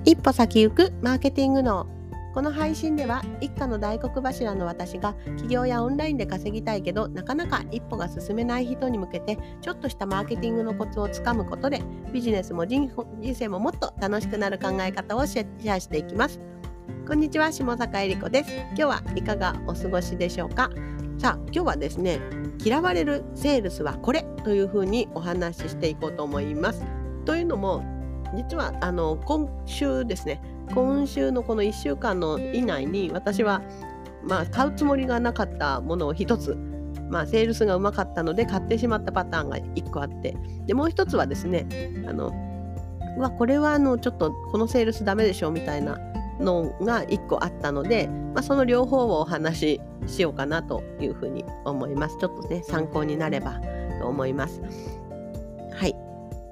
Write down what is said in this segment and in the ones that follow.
一歩先行くマーケティングのこの配信では一家の大黒柱の私が起業やオンラインで稼ぎたいけどなかなか一歩が進めない人に向けてちょっとしたマーケティングのコツをつかむことでビジネスも人生ももっと楽しくなる考え方をシェアしていきます。こんにちは、下坂恵理子です。今日はいかがお過ごしでしょうか。さあ、今日はですね、嫌われるセールスはこれというふうにお話ししていこうと思います。というのも実は今週ですね、今週のこの1週間の以内に私は買うつもりがなかったものを一つ、セールスがうまかったので買ってしまったパターンが1個あって、でもう一つはですね、これはちょっとこのセールスダメでしょみたいなのが1個あったので、その両方をお話ししようかなというふうに思います。ちょっとね参考になればと思います。はい。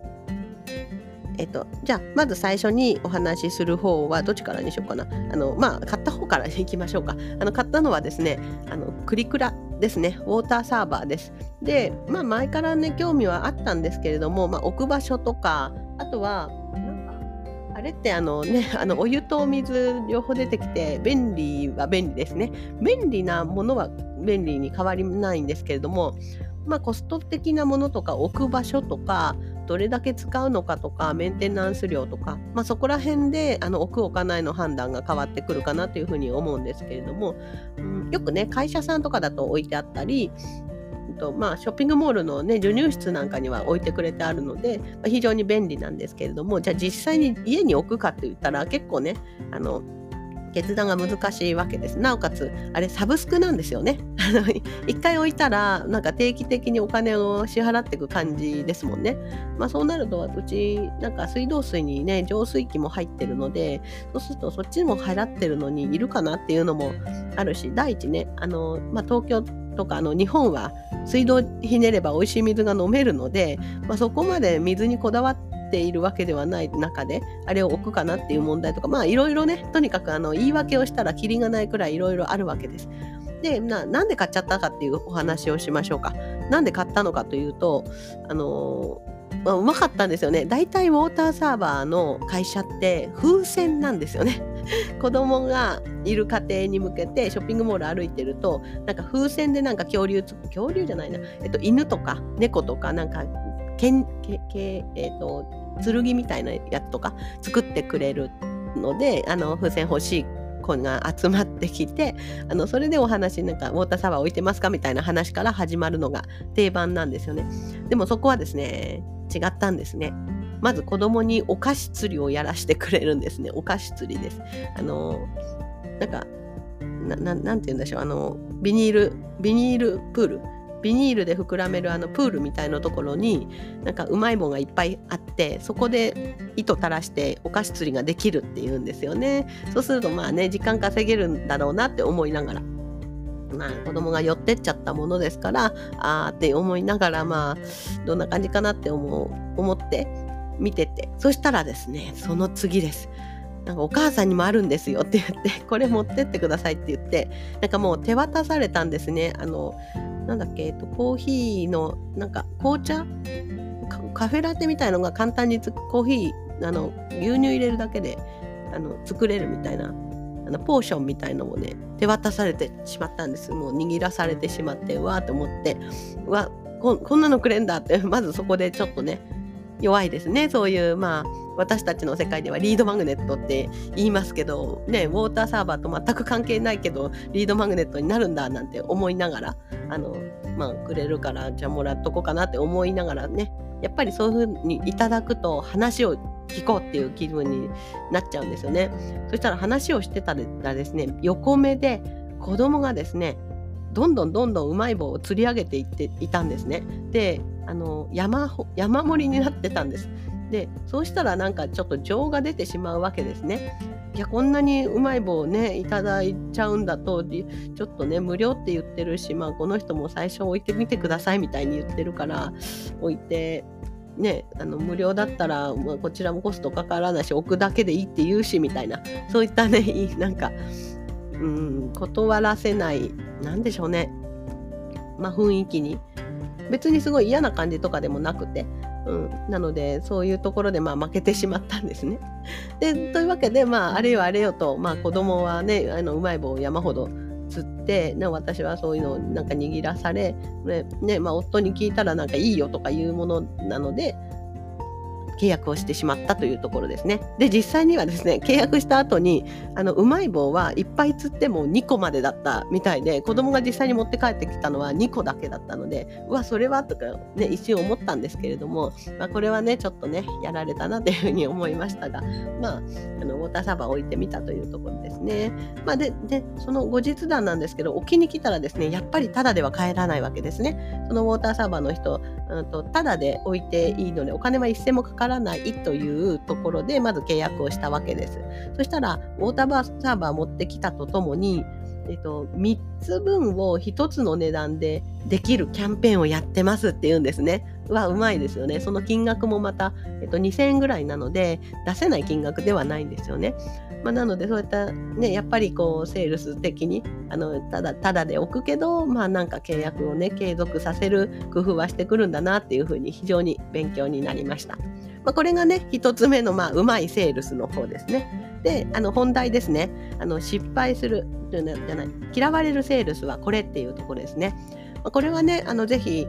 じゃあまず最初にお話しする方はどっちからにしようかな。買った方からいきましょうか。買ったのはですね、クリクラですね。ウォーターサーバーです。で、前からね興味はあったんですけれども、置く場所とか、あとはあれってお湯とお水両方出てきて便利は便利ですね。便利なものは便利に変わりないんですけれども、コスト的なものとか置く場所とかどれだけ使うのかとかメンテナンス料とか、そこら辺で置く置かないの判断が変わってくるかなというふうに思うんですけれども、よくね会社さんとかだと置いてあったり、ショッピングモールのね授乳室なんかには置いてくれてあるので、非常に便利なんですけれども、じゃあ実際に家に置くかって言ったら結構ね決断が難しいわけです。なおかつあれサブスクなんですよね。一回置いたら定期的にお金を支払っていく感じですもんね。そうなるとうち水道水にね浄水器も入ってるので、そうするとそっちも払ってるのにいるかなっていうのもあるし、第一ね東京とか日本は水道ひねれば美味しい水が飲めるので、そこまで水にこだわっているわけではない中であれを置くかなっていう問題とか、いろいろね、とにかく言い訳をしたらキリがないくらいいろいろあるわけです。で、なんで買っちゃったかっていうお話をしましょうか。なんで買ったのかというと、うまかったんですよね。だいたいウォーターサーバーの会社って風船なんですよね。子供がいる家庭に向けてショッピングモール歩いてると風船で恐竜じゃないな、犬とか猫とか剣みたいなやつとか作ってくれるので、風船欲しい子が集まってきて、それでお話ウォーターサーバー置いてますかみたいな話から始まるのが定番なんですよね。でもそこはですね違ったんですね。まず子供にお菓子釣りをやらしてくれるんですね。お菓子釣りです。なんて言うんでしょう、ビニールプール、ビニールで膨らめるプールみたいなところにうまい棒がいっぱいあって、そこで糸垂らしてお菓子釣りができるっていうんですよね。そうすると時間稼げるんだろうなって思いながら、子供が寄ってっちゃったものですからって思いながらどんな感じかなって思って見てて、そしたらですねその次です。お母さんにもあるんですよって言ってこれ持ってってくださいって言ってもう手渡されたんですね。コーヒーの紅茶カフェラテみたいのが簡単にコーヒー牛乳入れるだけで作れるみたいなポーションみたいのもね手渡されてしまったんです。もう握らされてしまってわーと思って、こんなのくれんだってまずそこでちょっとね弱いですね。そういう私たちの世界ではリードマグネットって言いますけどね、ウォーターサーバーと全く関係ないけどリードマグネットになるんだなんて思いながらくれるからじゃあもらっとこうかなって思いながらね、やっぱりそういう風にいただくと話を聞こうっていう気分になっちゃうんですよね。そしたら話をしてたらですね、横目で子供がですねどんどんうまい棒を釣り上げていっていたんですね。で山盛りになってたんです。でそうしたらちょっと情が出てしまうわけですね。いや、こんなにうまい棒をねいただいちゃうんだとちょっとね無料って言ってるし、この人も最初置いてみてくださいみたいに言ってるから置いてね、無料だったら、こちらもコストかからないし置くだけでいいって言うしみたいな、そういったね断らせないなんでしょうね、雰囲気に別にすごい嫌な感じとかでもなくて、 なのでそういうところで負けてしまったんですね。でというわけであれよあれよと、子供はねうまい棒を山ほど釣って私はそういうのをなんか握らされ、夫に聞いたらなんかいいよとかいうものなので契約をしてしまったというところですね。で実際にはですね、契約した後にうまい棒はいっぱい釣っても2個までだったみたいで、子供が実際に持って帰ってきたのは2個だけだったので、うわそれはとかね一瞬思ったんですけれども、これはねちょっとねやられたなというふうに思いましたが、ウォーターサーバーを置いてみたというところですね。でその後日談なんですけど、置きに来たらですね、やっぱりタダでは帰らないわけですね。そのウォーターサーバーの人、タダで置いていいのでお金は一銭もかからないというところでまず契約をしたわけです。そしたらウォーターサーバー持ってきたとともに、3つ分を1つの値段でできるキャンペーンをやってますって言うんですね。うまいですよね。その金額もまた、2000円ぐらいなので出せない金額ではないんですよね。なのでそういったね、やっぱりこうセールス的にただで置くけど、なんか契約をね継続させる工夫はしてくるんだなっていうふうに非常に勉強になりました。これがね一つ目のうまいセールスの方ですね。で本題ですね。失敗するじゃない、嫌われるセールスはこれっていうところですね。これはねぜひ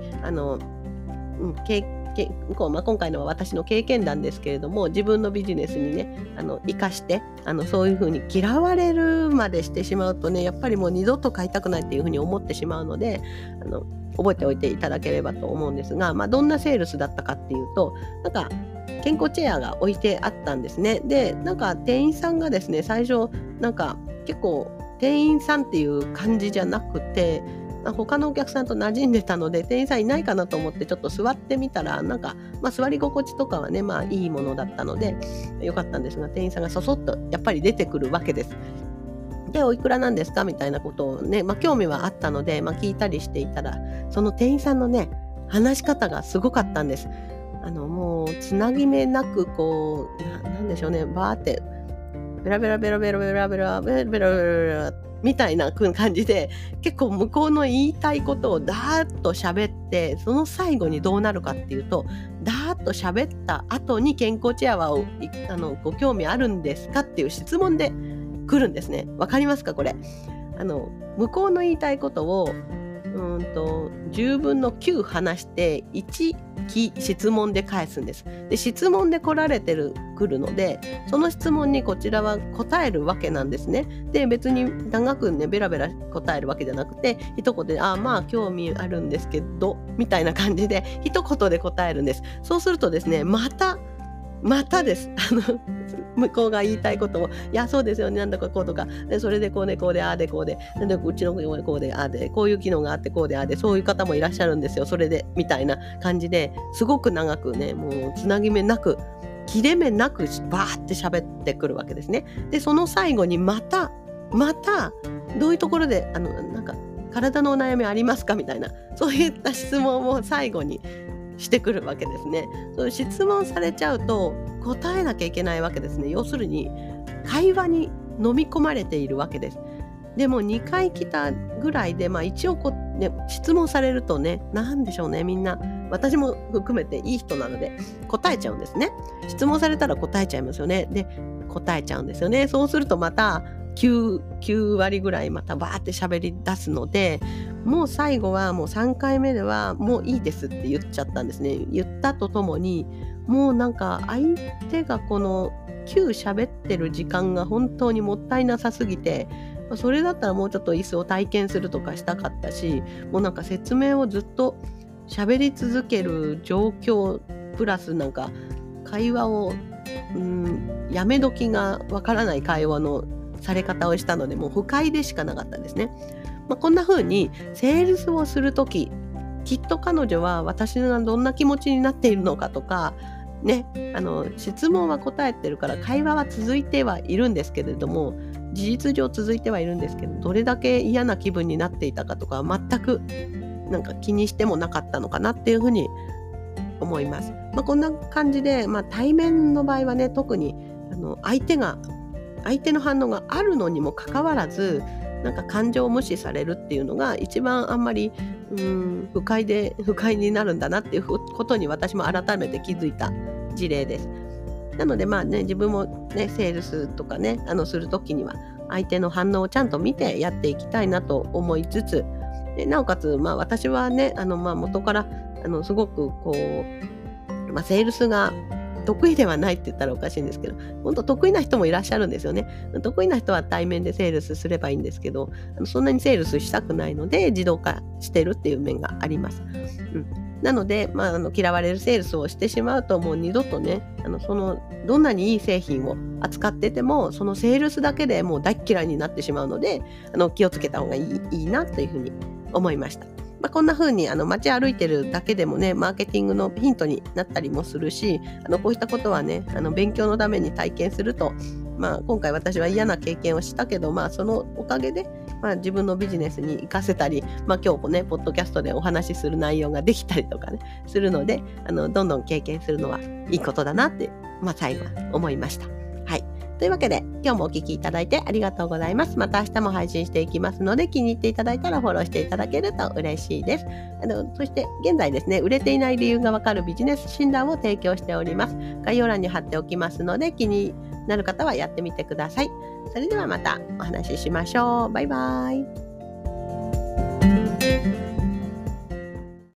今回のは私の経験談ですけれども、自分のビジネスにね生かしてそういうふうに嫌われるまでしてしまうとね、やっぱりもう二度と買いたくないっていうふうに思ってしまうので、覚えておいていただければと思うんですが、どんなセールスだったかっていうと、なんか健康チェアが置いてあったんですね。でなんか店員さんがですね、最初なんか結構店員さんっていう感じじゃなくて、他のお客さんと馴染んでたので店員さんいないかなと思ってちょっと座ってみたら、なんか、座り心地とかはねいいものだったのでよかったんですが、店員さんがそそっとやっぱり出てくるわけです。でおいくらなんですかみたいなことをね、興味はあったので、聞いたりしていたら、その店員さんのね話し方がすごかったんです。もうつなぎ目なくこうなんでしょうね、バーってベラベラベラベラベラベラベラベラベラベラみたいな感じで、結構向こうの言いたいことをダーッと喋って、その最後にどうなるかっていうと、ダーッと喋った後に健康チェアはご興味あるんですかっていう質問で来るんですね。わかりますかこれ。向こうの言いたいことを10分の9話して1質問で返すんです。で質問で来るので、その質問にこちらは答えるわけなんですね。で別に長くねベラベラ答えるわけじゃなくて、一言で興味あるんですけどみたいな感じで一言で答えるんです。そうするとですね、またです。向こうが言いたいことを、いやそうですよね、なんだかこうとか、でそれでこうでこうでああでこうで、でうちのこうでああで、こういう機能があってこうでああで、そういう方もいらっしゃるんですよ、それでみたいな感じですごく長くね、もうつなぎ目なく切れ目なくバーって喋ってくるわけですね。でその最後にまたどういうところでなんか体のお悩みありますかみたいな、そういった質問を最後にしてくるわけですね。そう質問されちゃうと答えなきゃいけないわけですね。要するに会話に飲み込まれているわけです。でも2回来たぐらいで、一応質問されるとね、なんでしょうね、みんな私も含めていい人なので答えちゃうんですね。質問されたら答えちゃいますよね。で答えちゃうんですよね。そうするとまた9割ぐらいまたバーって喋り出すので、もう最後はもう3回目ではもういいですって言っちゃったんですね。言ったとともに、もうなんか相手がこの喋ってる時間が本当にもったいなさすぎて、それだったらもうちょっと椅子を体験するとかしたかったし、もうなんか説明をずっと喋り続ける状況プラスなんか会話をやめ時がわからない会話のされ方をしたので、もう不快でしかなかったんですね。こんな風にセールスをするとき、きっと彼女は私がどんな気持ちになっているのかとかね、質問は答えてるから会話は続いてはいるんですけれども、事実上続いてはいるんですけど、どれだけ嫌な気分になっていたかとか全くなんか気にしてもなかったのかなっていうふうに思います。こんな感じで、対面の場合はね、特に相手の反応があるのにもかかわらずなんか感情を無視されるっていうのが一番あんまり不快になるんだなっていうことに私も改めて気づいた事例です。なので自分もねセールスとかねする時には相手の反応をちゃんと見てやっていきたいなと思いつつ、でなおかつ私はね元からすごくこう、セールスが得意ではないって言ったらおかしいんですけど、本当得意な人もいらっしゃるんですよね。得意な人は対面でセールスすればいいんですけど、そんなにセールスしたくないので自動化してるっていう面があります。なので、嫌われるセールスをしてしまうともう二度とね、どんなにいい製品を扱っててもそのセールスだけでもう大っ嫌いになってしまうので、気をつけた方がいいなというふうに思いました。こんな風に街歩いてるだけでもねマーケティングのヒントになったりもするし、こうしたことはね勉強のために体験すると、今回私は嫌な経験をしたけど、そのおかげで、自分のビジネスに活かせたり、今日もねポッドキャストでお話しする内容ができたりとかねするので、どんどん経験するのはいいことだなって、最後は思いました。はい。というわけで今日もお聞きいただいてありがとうございます。また明日も配信していきますので、気に入っていただいたらフォローしていただけると嬉しいです。そして現在ですね、売れていない理由がわかるビジネス診断を提供しております。概要欄に貼っておきますので、気になる方はやってみてください。それではまたお話ししましょう。バイバイ。